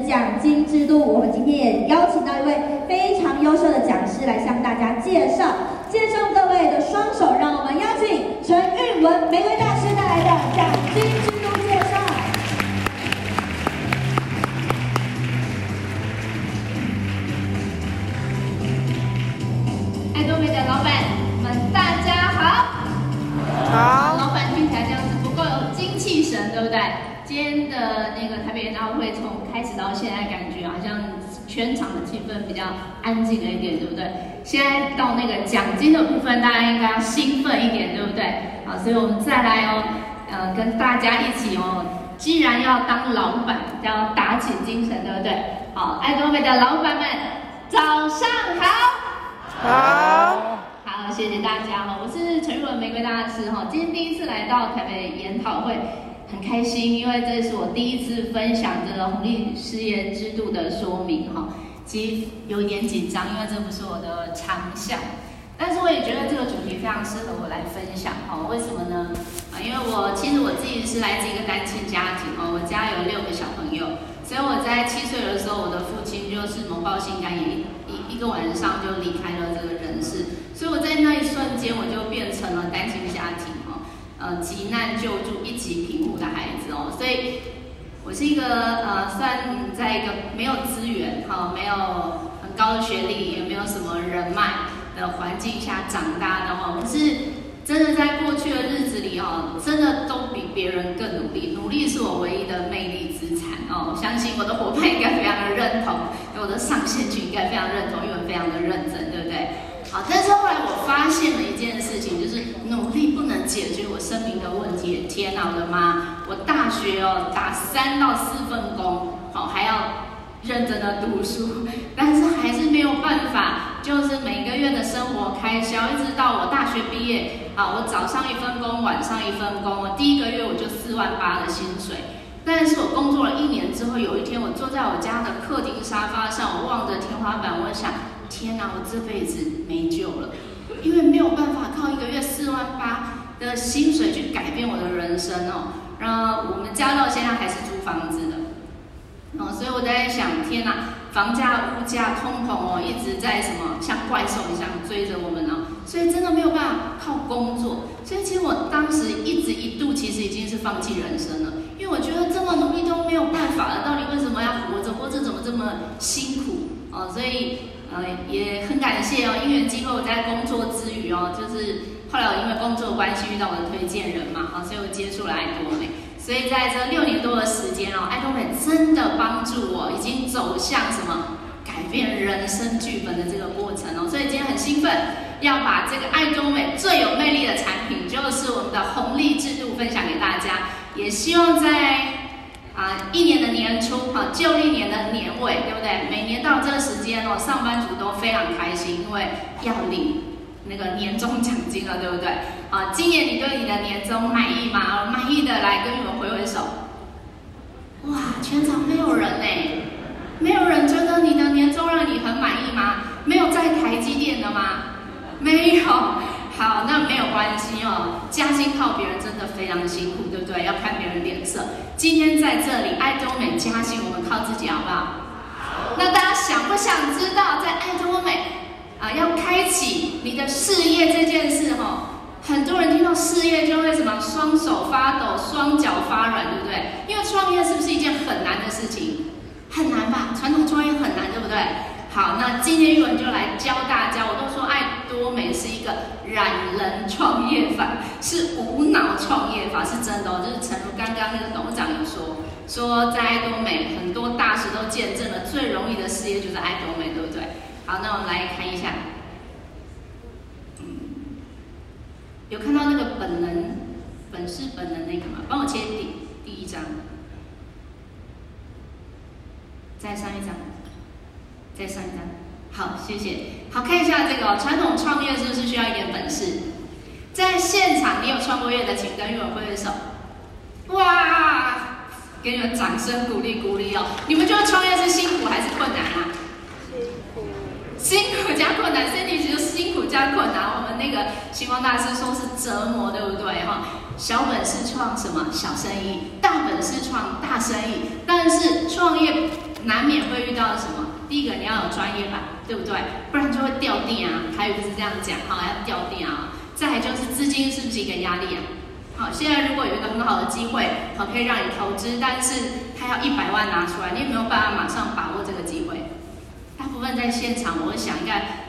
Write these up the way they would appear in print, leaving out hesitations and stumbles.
奖金制度，我们今天也邀请到一位非常优秀的讲师来向大家介绍各位的双手，让我们邀请陈韵文玫瑰大师带来的奖金制度介绍。 爱多美的老板们，大家好。好，老板听起来这样子不够有精气神，对不对？今天的那个台北研讨会从开始到现在，感觉好像全场的气氛比较安静了一点，对不对？现在到那个奖金的部分，大家应该要兴奋一点，对不对？好，所以我们再来哦，跟大家一起哦，既然要当老板，要打起精神，对不对？好，爱多美的老板们，早上好。好，谢谢大家哈，我是陈韵文玫瑰大师哈，今天第一次来到台北研讨会。很开心，因为这是我第一次分享这个红利事业制度的说明哈，其实有一点紧张，因为这不是我的长项，但是我也觉得这个主题非常适合我来分享哈。为什么呢？因为其实我自己是来自一个单亲家庭哦，我家有6个小朋友，所以我在7岁的时候，我的父亲就是猛爆性肝炎，一个晚上就离开了这个人世，所以我在那一瞬间我就变成了单亲家庭。急难救助一级贫户的孩子哦，所以我是一个算在一个没有资源没有很高的学历，也没有什么人脉的环境下长大的可是真的在过去的日子里真的都比别人更努力，努力是我唯一的魅力资产我相信我的伙伴应该非常的认同，我的上线群应该非常认同，因为非常的认真，对不对？好，但是后来我发现了一件事情，就是努力不能解决我生命的问题。天哪，我的妈！我大学打3到4份工，还要认真的读书，但是还是没有办法，就是每个月的生活开销，一直到我大学毕业，我早上1份工，晚上1份工，我第1个月我就4万8的薪水。但是我工作了1年之后，有一天我坐在我家的客厅沙发上，我望着天花板，我想。天哪，我这辈子没救了，因为没有办法靠1个月4万8的薪水去改变我的人生我们家到现在还是租房子的所以我在想，天哪，房价、物价、通膨一直在像怪兽一样追着我们所以真的没有办法靠工作。所以其实我当时一度其实已经是放弃人生了，因为我觉得这么努力都没有办法了，到底为什么要活着？活着怎么这么辛苦所以。也很感谢因缘机会我在工作之余就是后来我因为工作关系遇到我的推荐人嘛所以我接触了爱多美，所以在这6年多的时间爱多美真的帮助我已经走向改变人生剧本的这个过程所以今天很兴奋，要把这个爱多美最有魅力的产品，就是我们的红利制度分享给大家，也希望在。1年的年初旧历年的年尾，对不对？每年到这个时间上班族都非常开心，因为要领那个年终奖金了，对不对？今年你对你的年终满意吗？满意的来跟你们挥挥手。哇，全场没有人呢，没有人觉得你的年终让你很满意吗？没有在台积电的吗？没有。好，那没有关系加薪靠别人真的非常辛苦，对不对？要看别人脸色。今天在这里，爱多美加薪，我们靠自己，好不好？那大家想不想知道，在爱多美要开启你的事业这件事很多人听到事业就会双手发抖、双脚发软，对不对？因为创业是不是一件很难的事情？很难吧？传统创业很难，对不对？好，那今天韵文就来教大家，我都说爱多美是一个懒人创业法，是无脑创业法，是真的就是诚如刚刚那个董事长有说在爱多美很多大师都见证了最容易的事业就是爱多美，对不对？好，那我们来看一下，有看到那个本是本能那个吗？帮我切第1张，再上一张。再上一张，好，谢谢。好，看一下这个传统创业是不是需要一点本事？在现场你有创过业的，请跟韵文挥挥手。哇，给你们掌声鼓励鼓励你们觉得创业是辛苦还是困难辛苦加困难，Cindy 其实辛苦加困难。我们那个星光大师说是折磨，对不对小本事创小生意，大本事创大生意，但是创业难免会遇到什么？第一个你要有专业吧，对不对？不然就会掉电啊。台语不是这样讲哈，要掉电啊。再来就是资金是不是一个压力啊？好，现在如果有一个很好的机会，好可以让你投资，但是他要100万拿出来，你有没有办法马上把握这个机会？大部分在现场，我想应该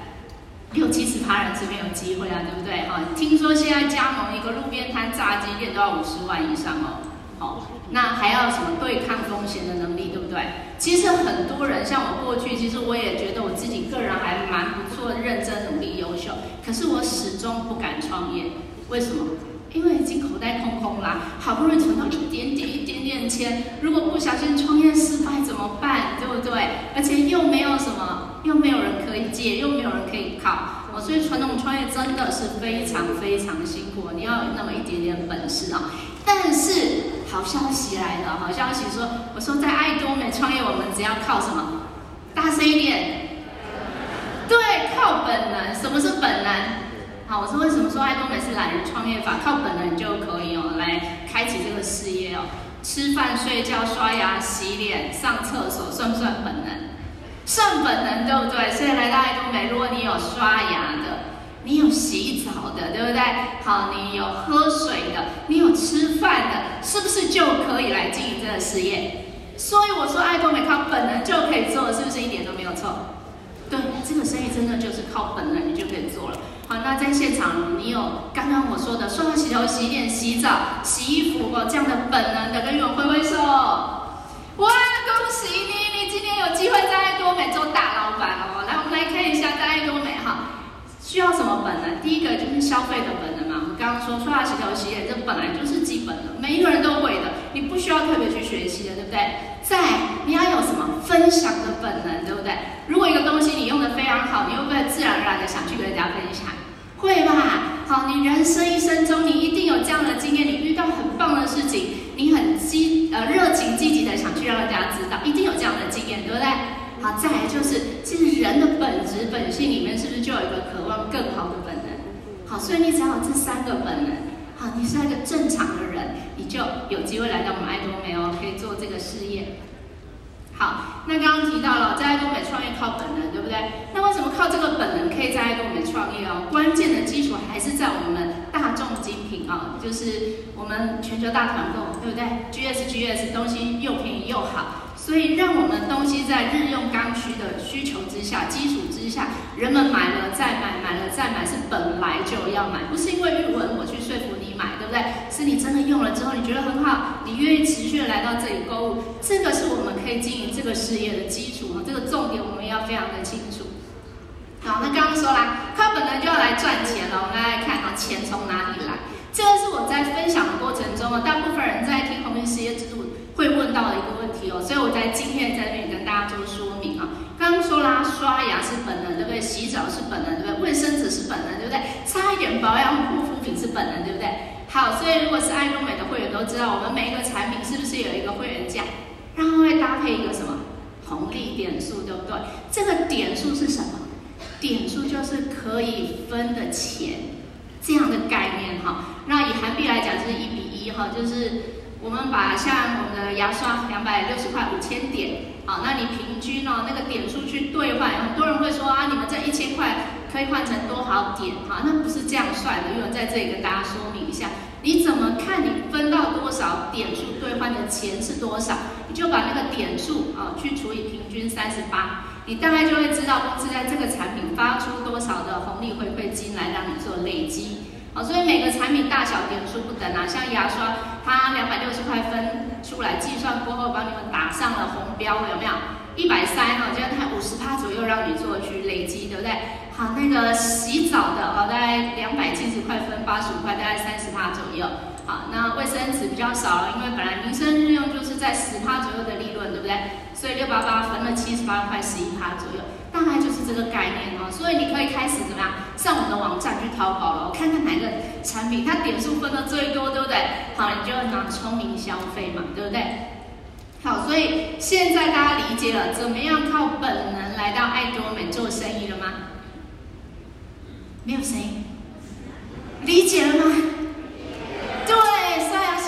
60-70%人这边有机会啊，对不对？哈，听说现在加盟一个路边摊炸鸡店都要50万以上哦。好，那还要什么对抗风险的能力，对不对？其实很多人像我过去，其实我也觉得我自己个人还蛮不错，认真努力优秀，可是我始终不敢创业，为什么？因为已经口袋空空啦，好不容易存到一点点钱，如果不小心创业失败怎么办？对不对？而且又没有什么，又没有人可以借，又没有人可以靠，所以传统创业真的是非常辛苦，你要有那么一点点本事啊。但是好消息来了，好消息说，我说在爱多美创业，我们只要靠什么？大声一点，对，靠本能。什么是本能？好，我说为什么说爱多美是懒人创业法？靠本能就可以哦，来开启这个事业哦。吃饭、睡觉、刷牙、洗脸、上厕所，算不算本能？算本能，对不对？所以来到爱多美，如果你有刷牙的，你有洗澡的，对不对？好，你有喝水的，你有吃饭的，是不是就可以来经营这个事业？所以我说爱多美靠本能就可以做，是不是一点都没有错？对，这个生意真的就是靠本能，你就可以做了。好，那在现场，你有刚刚我说的刷牙、洗头、洗脸、洗澡、洗衣服这样的本能的，跟宇文挥挥手。哇，恭喜你，你今天有机会在爱多美做大老板哦。来，我们来看一下在爱多美哈，需要什么本能？第一个就是消费的本能嘛。我们刚刚说刷牙、洗头、洗脸，这本来就是基本的，每一个人都会的，你不需要特别去学习的，对不对？再，你要有什么分享的本能，对不对？如果一个东西你用的非常好，你会不会自然而然的想去跟人家分享？会吧？好，你人生一生中，你一定有这样的经验，你遇到很棒的事情，你很热情积极的想去让人家知道，一定有这样的经验，对不对？好，再来就是，其实人的本质本性里面是不是就有一个渴望更好的本能？好，所以你只要有这3个本能，好，你是一个正常的人，你就有机会来到我们爱多美哦，可以做这个事业。好，那刚刚提到了在爱多美创业靠本能，对不对？那为什么靠这个本能可以在爱多美创业哦？关键的基础还是在我们大众精品啊，就是我们全球大团购，对不对 ？GS 东西又便宜又好，所以让我们东西在日用刚需的需求之下、基础之下，人们买了再买，买了再买，是本来就要买，不是因为宇文我去说服你买，对不对？是你真的用了之后，你觉得很好，你愿意持续的来到这里购物，这个是我们可以经营这个事业的基础，这个重点我们要非常的清楚。好，那刚刚说啦，靠本能就要来赚钱了，我们来看啊，钱从哪里来？这个是我在分享的过程中大部分人在听红利事业制度会问到的一个问题哦，所以我在今天在这边跟大家做说明啊。刚刚说啦，刷牙是本能，对不对？洗澡是本能，对不对？卫生纸是本能，对不对？擦一点保养护肤品是本能，对不对？好，所以如果是爱多美的会员都知道，我们每一个产品是不是有一个会员价，然后会搭配一个什么红利点数，对不对？这个点数是什么？点数就是可以分的钱，这样的概念哈。那以韩币来讲是1:1哈，就是我们把像我们的牙刷260块5000点，好，那你平均那个点数去兑换，很多人会说啊，你们这1000块可以换成多少点？哈，那不是这样算的，因为我在这里跟大家说明一下，你怎么看你分到多少点数兑换的钱是多少，你就把那个点数去除以平均38，你大概就会知道公司在这个产品发出多少的红利回馈金来让你做累积。好，所以每个产品大小点数不等啊，像牙刷，它260块分出来，计算过后帮你们打上了红标，有没有？130就它50%左右让你做去累积，对不对？好，那个洗澡的大概270块分85块，大概30%左右。好，那卫生纸比较少了，因为本来民生日用就是在10%左右的利润，对不对？所以688分了78块11%左右。大概就是这个概念所以你可以开始怎么样上我们的网站去淘宝了，看看哪个产品它点数分的最多，对不对？好，你就拿聪明消费嘛，对不对？好，所以现在大家理解了怎么样靠本能来到爱多美做生意了吗？没有声音，理解了吗？对，刷牙、洗头、洗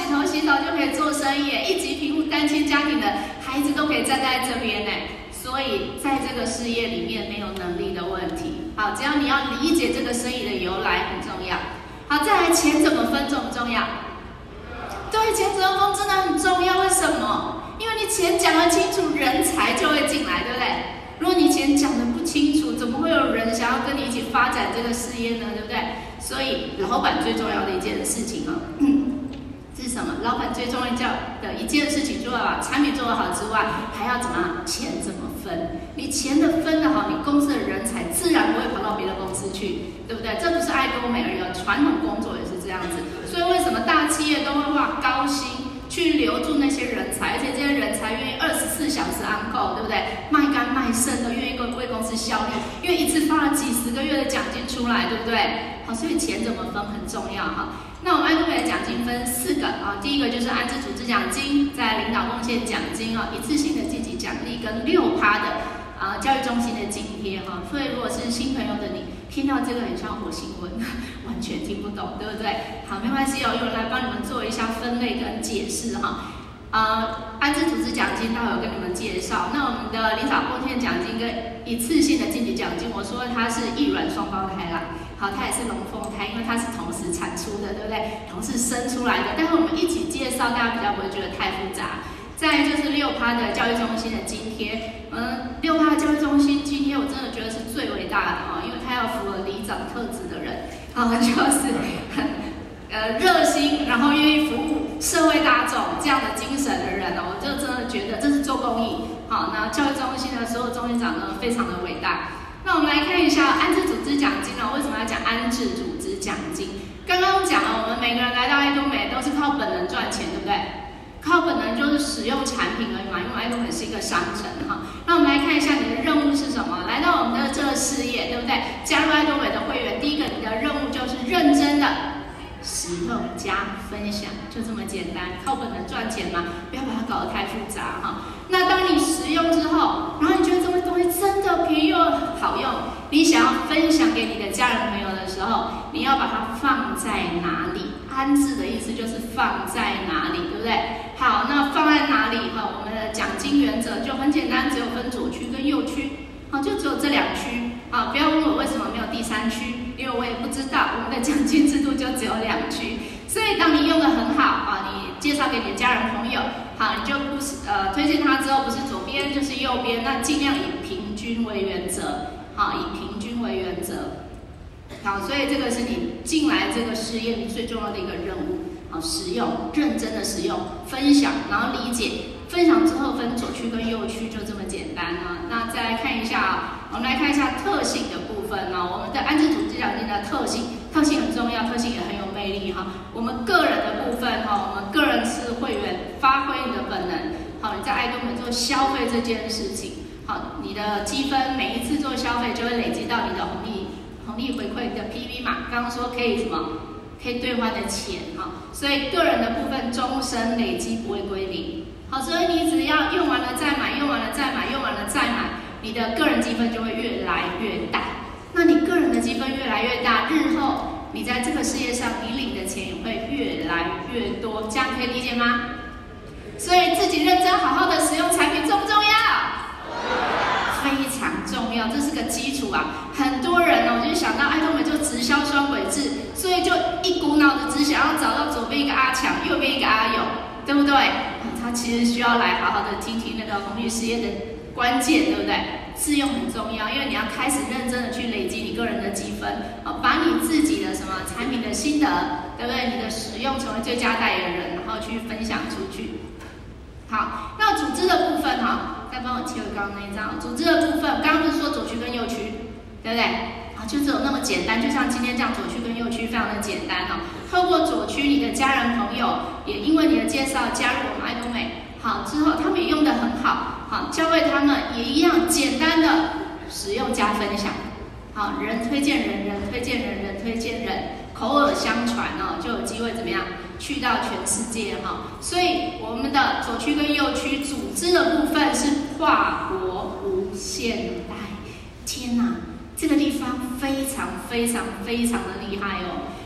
洗澡就可以做生意，1级贫户单亲家庭的孩子都可以站在这边呢。所以在这个事业里面没有能力的问题。好，只要你要理解这个生意的由来很重要。好，再来钱怎么分重不重要？对，钱怎么分真的很重要。为什么？因为你钱讲得清楚，人才就会进来，对不对？如果你钱讲得不清楚，怎么会有人想要跟你一起发展这个事业呢？对不对？所以老板最重要的一件事情是什么？老板最重要的一件事情，除了把产品做得好之外，还要怎么钱怎么分？你钱的分得好，你公司的人才自然不会跑到别的公司去，对不对？这不是爱多美而已，传统工作也是这样子。所以为什么大企业都会花高薪去留住那些人才，而且这些人才愿意24小时 on call， 对不对？卖肝卖肾的愿意为公司效力，因为一次发了几10个月的奖金出来，对不对？好，所以钱怎么分很重要哈。那我们爱多美的奖金分4个啊，第一个就是安置组织奖金，在领导贡献奖金啊，一次性的积极奖励跟6%的教育中心的津贴哈。所以如果是新朋友的你，听到这个很像火星文，完全听不懂，对不对？好，没关系哦，有人来帮你们做一下分类跟解释哈。安置组织奖金待会有跟你们介绍。那我们的领导贡献奖金跟一次性的晋级奖金，我说它是异卵双胞胎啦。好，它也是龙凤胎，因为它是同时产出的，对不对？同时生出来的。待会我们一起介绍，大家比较不会觉得太复杂。再来就是6%的教育中心的津贴，6%的教育中心津贴，我真的觉得是最伟大的哈，因为它要符合里长特质的人，就是很热心，然后愿意服务社会大众这样的精神的人哦，我就真的觉得这是做公益。好，那教育中心的所有中心长呢，非常的伟大。那我们来看一下安置组织奖金哦，为什么要讲安置组织奖金？刚刚讲了，我们每个人来到爱多美都是靠本能赚钱，对不对？靠本能就是使用产品而已嘛，因为爱多美是一个商城哈。那我们来看一下你的任务是什么？来到我们的这个事业，对不对？加入爱多美的会员，第一个你的任务就是认真的使用加分享，就这么简单，靠本能赚钱嘛，不要把它搞得太复杂哈。那当你使用之后，然后你觉得这个东西真的便宜又好用，你想要分享给你的家人朋友的时候，你要把它放在哪里？安置的意思就是放在哪里，对不对？好，那放在哪里？我们的奖金原则就很简单，只有分左区跟右区，好，就只有这2区。啊，不要问我为什么没有第3区，因为我也不知道，我们的奖金制度就只有2区。所以当你用得很好啊，你介绍给你的家人朋友，好，你就不是推荐他之后不是左边就是右边，那尽量以平均为原则，好，以平均为原则。好，所以这个是你进来这个事业你最重要的一个任务。好，使用，认真的使用，分享，然后理解，分享之后分左区跟右区，就这么简单啊。那再来看一下我们来看一下特性的部分呢。我们的安置组织奖金的特性很重要，特性也很有魅力哈。我们个人的部分哈，我们个人是会员，发挥你的本能。好，你在爱多美做消费这件事情，好，你的积分每一次做消费就会累积到你的红利回馈的 PV 嘛。刚刚说可以什么？可以兑换的钱哈，所以个人的部分终身累积不会归零。好，所以你只要用完了再买，用完了再买，用完了再买，你的个人积分就会越来越大。那你个人的积分越来越大，日后你在这个事业上你领的钱也会越来越多，这样可以理解吗？所以自己认真好好的使用产品重不重要？非常重要，这是个基础啊！很多人呢，我就想到爱多美就直销双轨制，所以就一股脑的只想要找到左边一个阿强，右边一个阿勇，对不对？他其实需要来好好的听听那个红利事业的关键，对不对？自用很重要，因为你要开始认真的去累积你个人的积分，把你自己的什么产品的心得，对不对？你的使用成为最佳代言人，然后去分享出去。好，那组织的部分哈。再帮我切回刚刚那一张，组织的部分，刚刚不是说左区跟右区，对不对？啊，就只有那么简单，就像今天这样，左区跟右区非常的简单哦。透过左区，你的家人朋友也因为你的介绍加入我们爱多美，好之后他们也用得很好，好教会他们也一样简单的使用加分享，好人推荐人，人推荐人，人推荐人，口耳相传哦，就有机会怎么样？去到全世界哈，所以我们的左区跟右区组织的部分是跨国无限代。天哪，这个地方非常非常非常的厉害哦！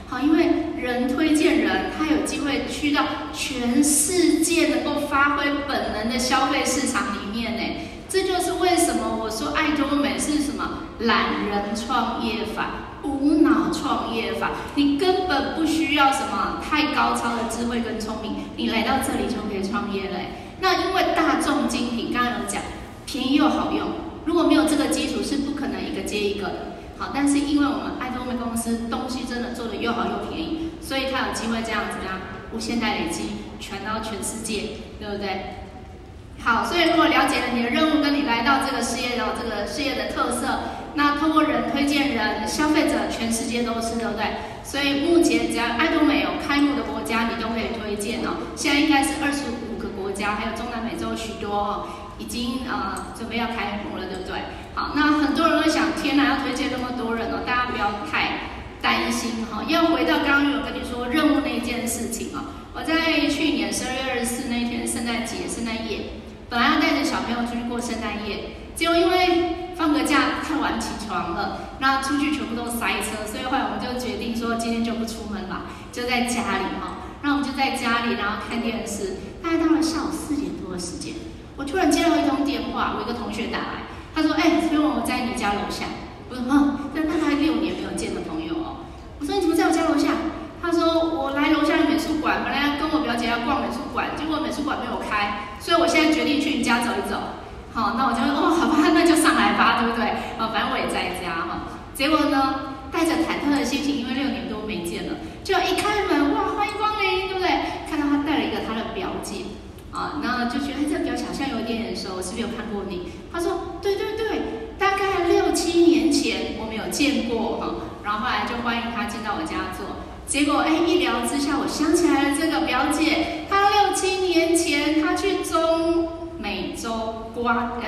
好，因为人推荐人，他有机会去到全世界，能够发挥本能的消费市场里面呢。这就是为什么我说爱多美是什么懒人创业法、无脑创业法。你根本不需要什么太高超的智慧跟聪明，你来到这里就可以创业了。那因为大众精品，刚刚有讲，便宜又好用，如果没有这个基础，是不可能一个接一个的。好，但是因为我们爱多美公司东西真的做得又好又便宜，所以它有机会这样子无限代累积，传到全世界，对不对？好，所以如果了解了你的任务，跟你来到这个事业的特色，那透过人推荐人，消费者全世界都是，对不对？所以目前只要爱多美有开幕的国家，你都可以推荐哦。现在应该是25个国家，还有中南美洲许多哦，已经准备要开幕了，对不对？好，那很多人会想，天哪，要推荐那么多人哦，大家不要太担心哈。要回到刚刚有跟你说任务那一件事情哦，我在去年12月24那天圣诞夜。本来要带着小朋友出去过圣诞夜，结果因为放个假太晚起床了，那出去全部都塞车，所以后来我们就决定说今天就不出门了，就在家里哈。那我们就在家里，然后看电视。大概到了下午4点多的时间，我突然接到一通电话，我一个同学打来，他说：“所以我在你家楼下。”我说：“这大概6年没有见的朋友哦。”我说：“你怎么在我家楼下？”他说：“我来楼下的美术馆，本来要跟我表姐要逛美术馆，结果美术馆没有开，所以我现在决定去你家走一走。”好，那我就好吧，那就上来吧，对不对？反正我也在家哈。结果呢，带着忐忑的心情，因为6年多没见了，就一开门，哇，欢迎光临，对不对？看到他带了一个他的表姐，那就觉得这表姐好像有点眼熟，是不是有看过你？他说：“对，大概6、7年前我们有见过哈。”然后后来就欢迎他进到我家做。结果一聊之下，我想起来了这个表姐，她6、7年前她去中美洲瓜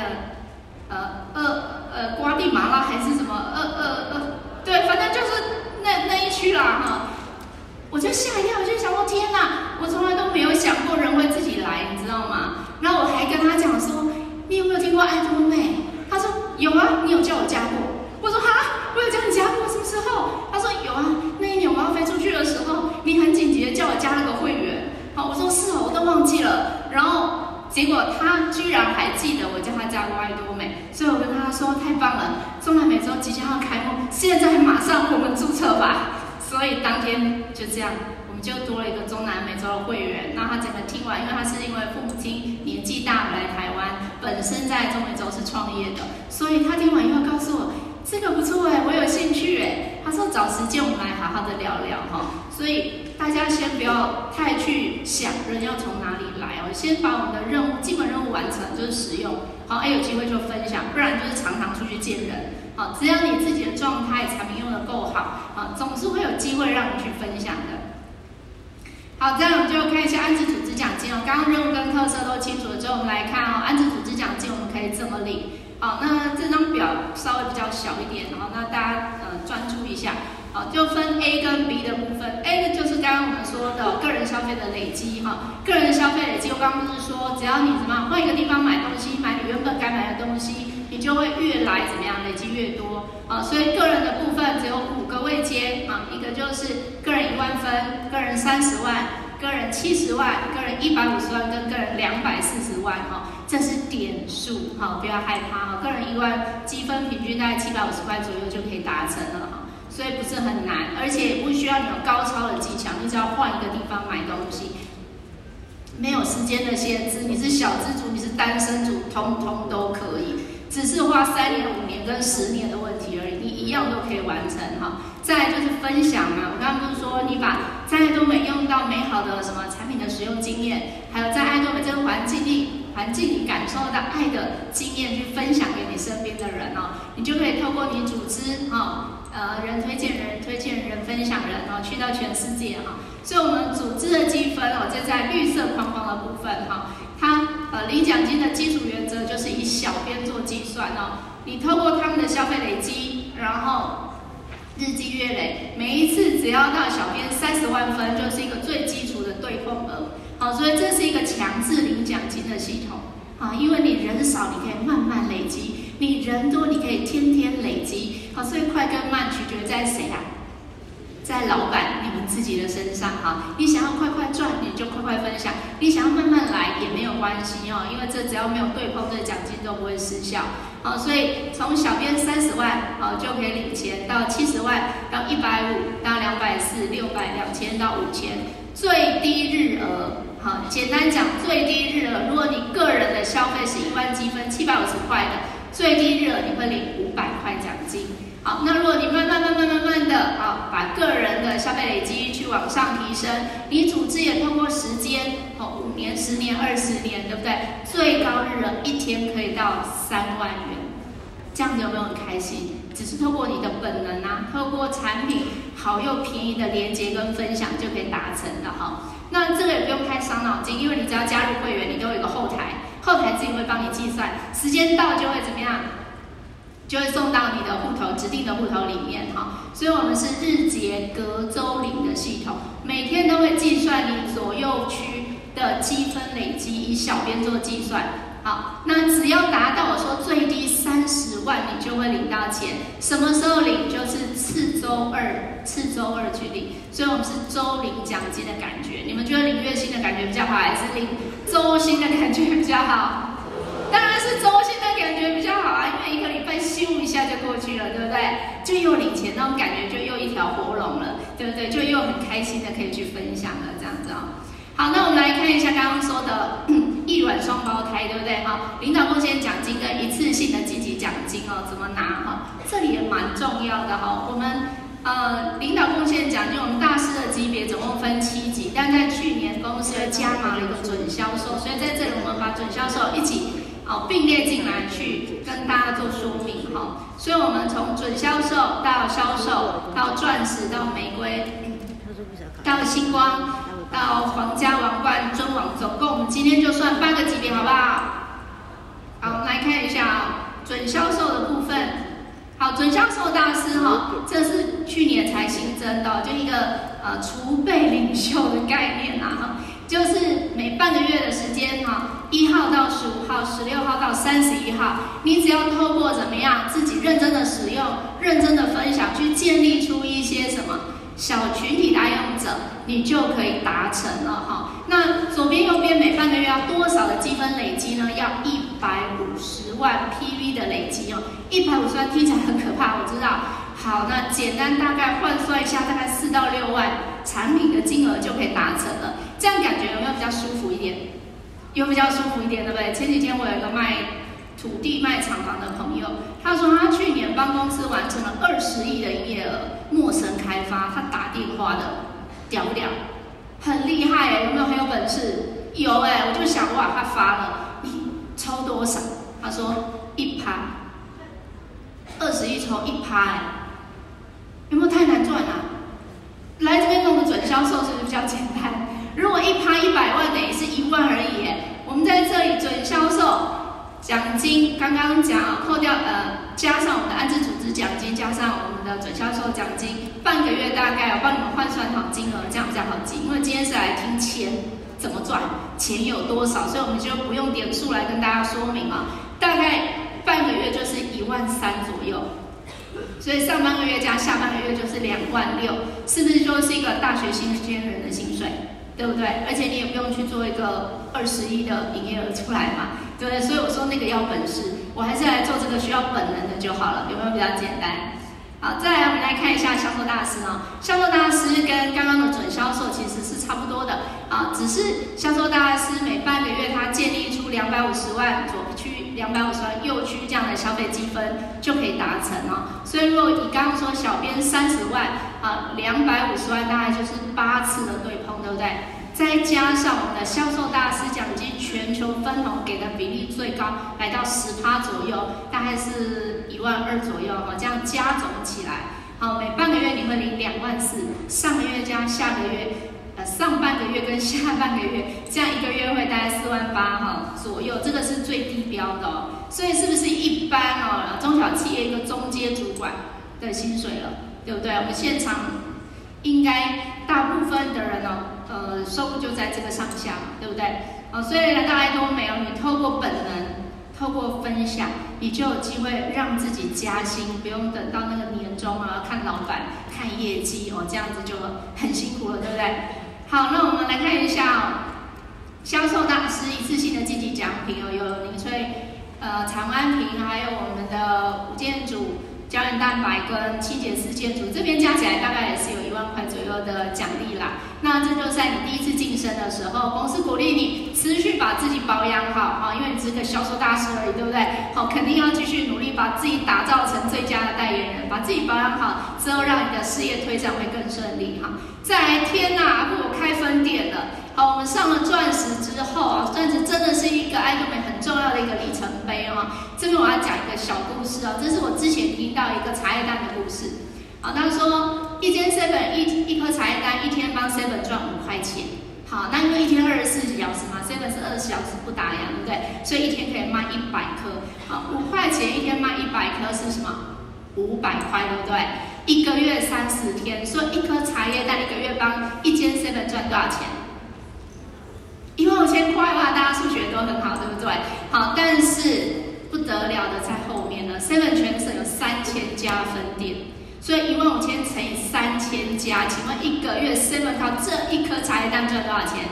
地马拉还是什么对，反正就是那一区啦哈。我就吓一跳，我就想说天哪，我从来都没有想过人会自己来，你知道吗？然后我还跟他讲说，你有没有听过爱多美？他说有啊，你有叫我加过。我说哈，我有叫你加过，什么时候？他说有啊，那一年我要飞出去的时候，你很紧急的叫我加了个会员。好，我说是哦，我都忘记了。然后结果他居然还记得我叫他加过爱多美，所以我跟他说太棒了，中南美洲即将要开幕，现在马上我们注册吧。所以当天就这样，我们就多了一个中南美洲的会员。那他整个听完，因为他是因为父母亲年纪大来台湾，本身在中美洲是创业的，所以他听完以后告诉我。这个不错我有兴趣他说找时间我们来好好的聊聊哈。所以大家先不要太去想人要从哪里来先把我们的任务基本任务完成，就是使用好，有机会就分享，不然就是常常出去见人好。只要你自己的状态产品用得够好总是会有机会让你去分享的。好，这样我们就看一下安置组织奖金刚刚任务跟特色都清楚了之后，我们来看安置组织奖金我们可以怎么领。好，那这张表稍微比较小一点，那大家专注一下。好，就分 A 跟 B 的部分。A 的就是刚刚我们说的个人消费的累积个人消费累积，我刚刚不是说只要你换一个地方买东西，买你原本该买的东西，你就会越来怎么样累积越多所以个人的部分只有5个位阶一个就是个人1万分，个人30万。个人70万，个人150万，跟个人240万这是点数不要害怕个人1万积分平均大概750块左右就可以达成了所以不是很难，而且也不需要你有高超的技巧，你只要换一个地方买东西，没有时间的限制，你是小资族，你是单身族，通通都可以，只是花3年、5年跟10年的问题而已，你一样都可以完成再来就是分享我刚刚不是说你把在爱多美用到美好的什么产品的使用经验，还有在爱多美这个环境里感受到爱的经验去分享给你身边的人你就可以透过你组织人推荐人分享人去到全世界所以我们组织的积分就在绿色框框的部分它领奖金的基础原则就是以小编做计算你透过他们的消费累积，然后日积月累，每一次只要到小编30万分，就是一个最基础的兑换额所以这是一个强制领奖金的系统因为你人少，你可以慢慢累积，你人多，你可以天天累积所以快跟慢取决在谁在老板，你自己的身上哈。你想要快快赚，你就快快分享；你想要慢慢来也没有关系哦，因为这只要没有对碰，这奖金都不会失效。好，所以从小编30万就可以领钱，到70万，到150，到240、600、2000到5000，最低日额。好，简单讲，最低日额，如果你个人的消费是1万积分750块的，最低日额你会领500块奖金。好，那如果你慢慢的把个人的消费累积去往上提升，你组织也通过时间5年、10年、20年，对不对？最高日额1天可以到3万元，这样子有没有很开心？只是透过你的本能透过产品好又便宜的连结跟分享就可以达成的哈。那这个也不用太伤脑筋，因为你只要加入会员，你都有一个后台，后台自己会帮你计算，时间到就会怎么样？就会送到你的户头指定的户头里面哈，所以我们是日结隔周领的系统，每天都会计算你左右区的积分累积，以小编做计算。好，那只要达到我说最低30万，你就会领到钱。什么时候领？就是次周二去领。所以我们是周领奖金的感觉。你们觉得领月薪的感觉比较好，还是领周薪的感觉比较好？当然是周薪的感觉比较好因为1个礼拜咻一下就过去了，对不对？就又领钱，那种感觉就又一条活龙了，对不对？就又很开心的可以去分享了，这样子好，那我们来看一下刚刚说的一卵双胞胎，对不对？领导贡献奖金跟一次性的积极奖金怎么拿这里也蛮重要的我们领导贡献奖金，我们大师的级别总共分7级，但在去年公司又加码了一个准销售，所以在这里我们把准销售一起并列进来去跟大家做说明所以我们从准销售到销售到钻石到玫瑰到星光到皇家王冠尊王，总共我们今天就算8个级别，好不好？好，我们来看一下准销售的部分。好，准销售大师这是去年才新增的，就一个储备领袖的概念就是每半个月的时间1号到15号、16号到31号，你只要透过怎么样自己认真的使用、认真的分享，去建立出一些什么小群体的爱用者，你就可以达成了那左边右边每半个月要多少的积分累积呢？要150万 PV 的累积150万听起来很可怕，我知道。好，那简单大概换算一下，大概4到6万产品的金额就可以达成了。这样感觉有没有比较舒服一点？有比较舒服一点，对不对？前几天我有一个卖土地、卖厂房的朋友，他说他去年帮公司完成了20亿的营业额，陌生开发，他打电话的，屌不屌？很厉害有没有很有本事？有我就想哇，他发了，你抽多少？他说1%，20亿抽1%有没有太难赚来这边弄个准销售是不是比较简单？如果1%100万等于是1万而已我们在这里准销售奖金刚刚讲扣掉加上我们的安置组织奖金，加上我们的准销售奖金，半个月大概帮你们换算好金额，这样比较好记。因为今天是来听钱怎么赚，钱有多少，所以我们就不用点数来跟大家说明大概半个月就是1万3左右，所以上半个月加下半个月就是2万6，是不是就是一个大学新鲜人的薪水？对不对？而且你也不用去做一个20亿的营业额出来嘛，对不对？所以我说那个要本事，我还是来做这个需要本能的就好了，有没有比较简单？好，再来我们来看一下销售大师销售大师跟刚刚的准销售其实是差不多的只是销售大师每半个月他建立出250万左区、250万右区这样的消费积分就可以达成所以如果你刚刚说小编30万250万大概就是8次的对碰，对不对？再加上我们的销售大师奖金全球分红给的比例最高，来到10%左右，大概是1万2左右这样加总起来，好，每半个月你会领2万4，上个月加下个月，上半个月跟下半个月，这样一个月会大概4万8左右，这个是最低标的所以是不是一般中小企业一个中阶主管的薪水了，对不对？我们现场应该大部分的人收入就在这个上下，对不对？所以来到爱多美你透过本能，透过分享， 你就有机会让自己加薪，不用等到那个年终啊，看老板看业绩哦，这样子就很辛苦了，对不对？好，那我们来看一下哦，销售大师一次性的积极奖品哦，有宁翠长安瓶，还有我们的5件组胶原蛋白跟清洁4件组，这边加起来大概也是有1万块左右的奖励啦。那这就在你第一次晋升的时候，公司鼓励你持续把自己保养好啊，因为你只是个销售大师而已，对不对？好，肯定要继续努力，把自己打造成最佳的代言人，把自己保养好之后，让你的事业推展会更顺利哈。再来，天哪，我开分店了。好，我们上了钻石之后啊，钻石真的是一个爱多美很重要的一个里程碑哦。这边我要讲一个小故事哦，这是我之前听到一个茶叶蛋的故事。好，他说一间 7 一颗茶叶蛋一天帮 7 赚5块钱。好，那因为一天24小时嘛 ，7 是24小时不打烊，对不对？所以一天可以卖100颗。好，5块钱一天卖100颗是什么？500块，对不对？1个月30天，所以一颗茶叶蛋1个月帮一间 7 赚多少钱？15000块哇！大家数学都很好，对不对？好，但是不得了的在后面呢。7全省有3000家分店，所以15000乘以3000家，请问1个月7靠这一颗茶叶蛋赚多少钱？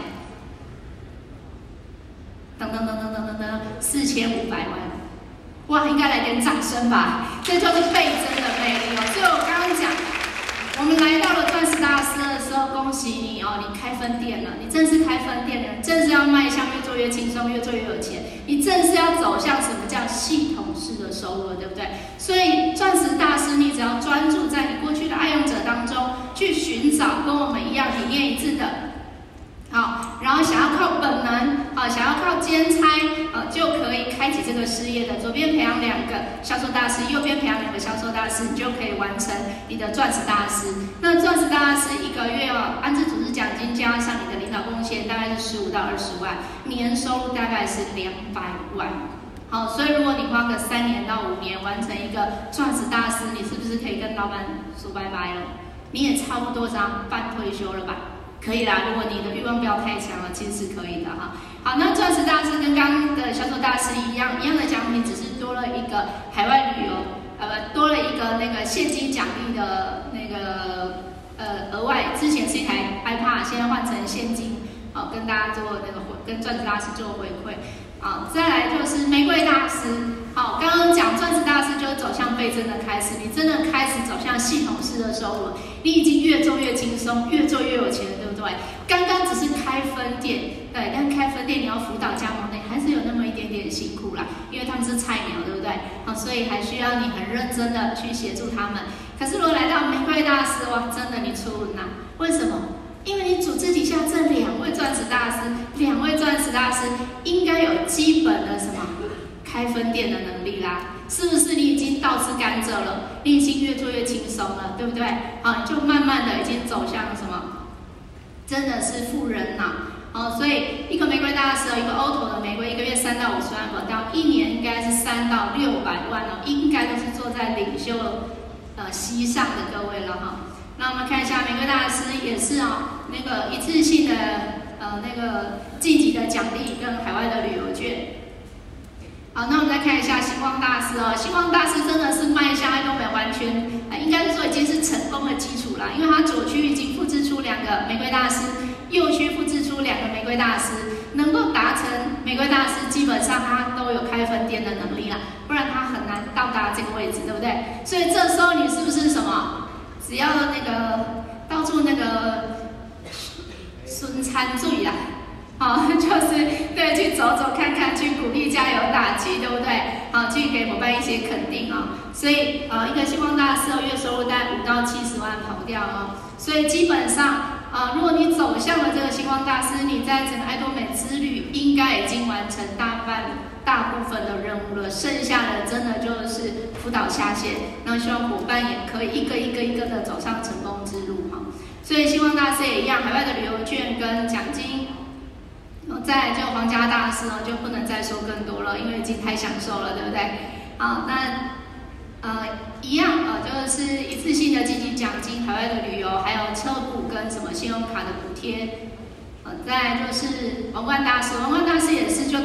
噔噔噔噔噔噔噔，4500万！哇，应该来点掌声吧！这就是倍增的魅力哦。所以我刚刚讲，我们来到了钻石大师的时候，恭喜你哦，你开分店了，你正式开分店了，正式要迈向越做越轻松，越做越有钱，你正式要走向什么叫系统式的收入了，对不对？所以钻石大师，你只要专注在你过去的爱用者当中，去寻找跟我们一样理念一致的。好，然后想要靠本能，想要靠兼差，就可以开启这个事业的。左边培养2个销售大师，右边培养2个销售大师，你就可以完成你的钻石大师。那钻石大师1个月安置组织奖金加上你的领导贡献，大概是15到20万，年收入大概是200万。好，所以如果你花个3年到5年完成一个钻石大师，你是不是可以跟老板说拜拜了？你也差不多半退休了吧？可以啦，如果你的欲望不要太强了，其实是可以的哈。好，那钻石大师跟刚刚的销售大师一样的奖品，只是多了一个海外旅游，多了一个那个现金奖励的那个额外，之前是一台 iPad， 现在换成现金，好，跟大家做那个跟钻石大师做回馈。好，再来就是玫瑰大师。好，刚刚讲钻石大师就是走向倍增的开始，你真的开始走向系统式的收入，你已经越做越轻松，越做越有钱了，对不对？刚刚只是开分店，对，但开分店你要辅导加盟店，还是有那么一点点辛苦啦，因为他们是菜鸟，对不对？好，所以还需要你很认真的去协助他们。可是如果来到玫瑰大师，哇，真的你出轮啦，为什么？因为你组织底下这2位钻石大师，2位钻石大师应该有基本的什么开分店的能力啦，是不是？你已经倒吃甘蔗了，你已经越做越轻松了，对不对？好，你就慢慢的已经走向什么？真的是富人呐！哦，所以一个玫瑰大师，一个欧头的玫瑰，1个月3到50万，到1年应该是3到600万哦，应该都是坐在领袖席上的各位了哈。那我们看一下玫瑰大师也是那个一次性的那个晋级的奖励跟海外的旅游券。好，那我们再看一下星光大师星光大师真的是迈向爱多美完全应该是说已经是成功的基础啦，因为它左区已经复制出2个玫瑰大师，右区复制出2个玫瑰大师，能够达成玫瑰大师，基本上它都有开分店的能力啦，不然它很难到达这个位置，对不对？所以这时候你是不是什么？只要那个到处那个孙餐醉啦，就是对，去走走看看，去鼓励加油打气，对不对？好，去给伙伴一些肯定所以一个星光大师月收入在5到70万跑掉所以基本上如果你走向了这个星光大师，你在整个爱多美之旅应该已经完成大部分的任务了，剩下的真的就是辅导下线，那希望伙伴也可以一个的走上成功之路所以星光大师也一样，海外的旅游券跟奖金。再来就皇家大师就不能再说更多了，因为已经太享受了，对不对？好，那一样就是一次性的积极奖金、海外的旅游，还有车补跟什么信用卡的补贴。再来就是王冠大师，王冠大师也是就带领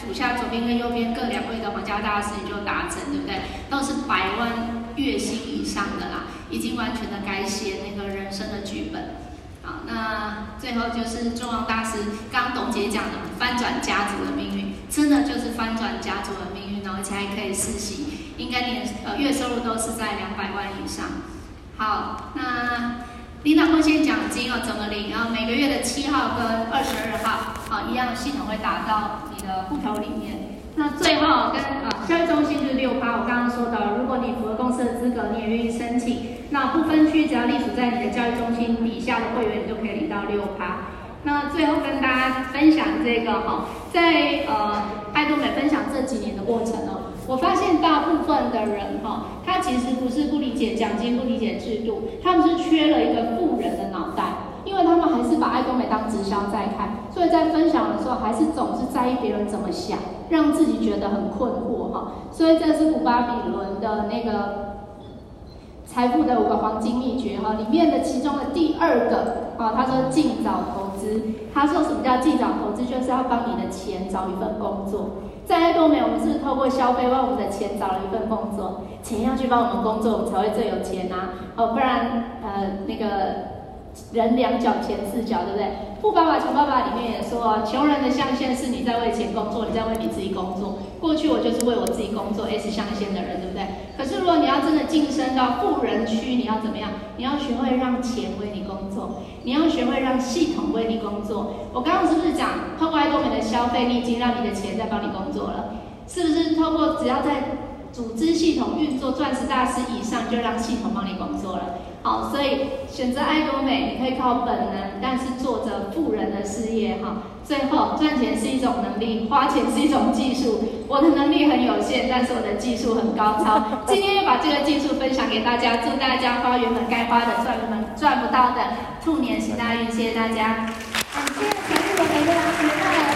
主下左边跟右边各2位的皇家大师也就达成，对不对？都是100万月薪以上的啦，已经完全的改写那个人生的剧本。好，那最后就是中王大师刚董姐讲的翻转家族的命运，真的就是翻转家族的命运，而且还可以世袭，应该月收入都是在200万以上。好，那领导贡献奖金怎么领？每个月的7号跟22号，一样系统会打到你的户头里面。那最后跟教育中心就是6%，我刚刚说到了，如果你符合公司的资格，你也愿意申请，那不分区只要隶属在你的教育中心底下的会员，你就可以领到6%。那最后跟大家分享这个在爱多美分享这几年的过程我发现大部分的人他其实不是不理解奖金、不理解制度，他们是缺了一个富人的脑袋。因为他们还是把爱多美当直销在看，所以在分享的时候还是总是在意别人怎么想，让自己觉得很困惑所以这是古巴比伦的那个财富的5个黄金秘诀里面的其中的第2个他说尽早投资。他说什么叫尽早投资？就是要帮你的钱找一份工作。在爱多美，我们是透过消费为我们的钱找了一份工作，钱要去帮我们工作，我们才会最有钱不然那个。人2脚钱4脚，对不对？富爸爸穷爸爸里面也说穷人的象限是你在为钱工作，你在为你自己工作。过去我就是为我自己工作 ，S 象限的人，对不对？可是如果你要真的晋升到富人区，你要怎么样？你要学会让钱为你工作，你要学会让系统为你工作。我刚刚是不是讲，透过爱多美的消费，你已经让你的钱在帮你工作了？是不是透过只要在组织系统运作钻石大师以上，就让系统帮你工作了？好，所以选择爱多美，你可以靠本能，但是做着富人的事业最后，赚钱是一种能力，花钱是一种技术。我的能力很有限，但是我的技术很高超。今天又把这个技术分享给大家，祝大家花原本该花的，赚不到的，兔年行大运，谢谢大家。 感谢陈玉文玫瑰大师带来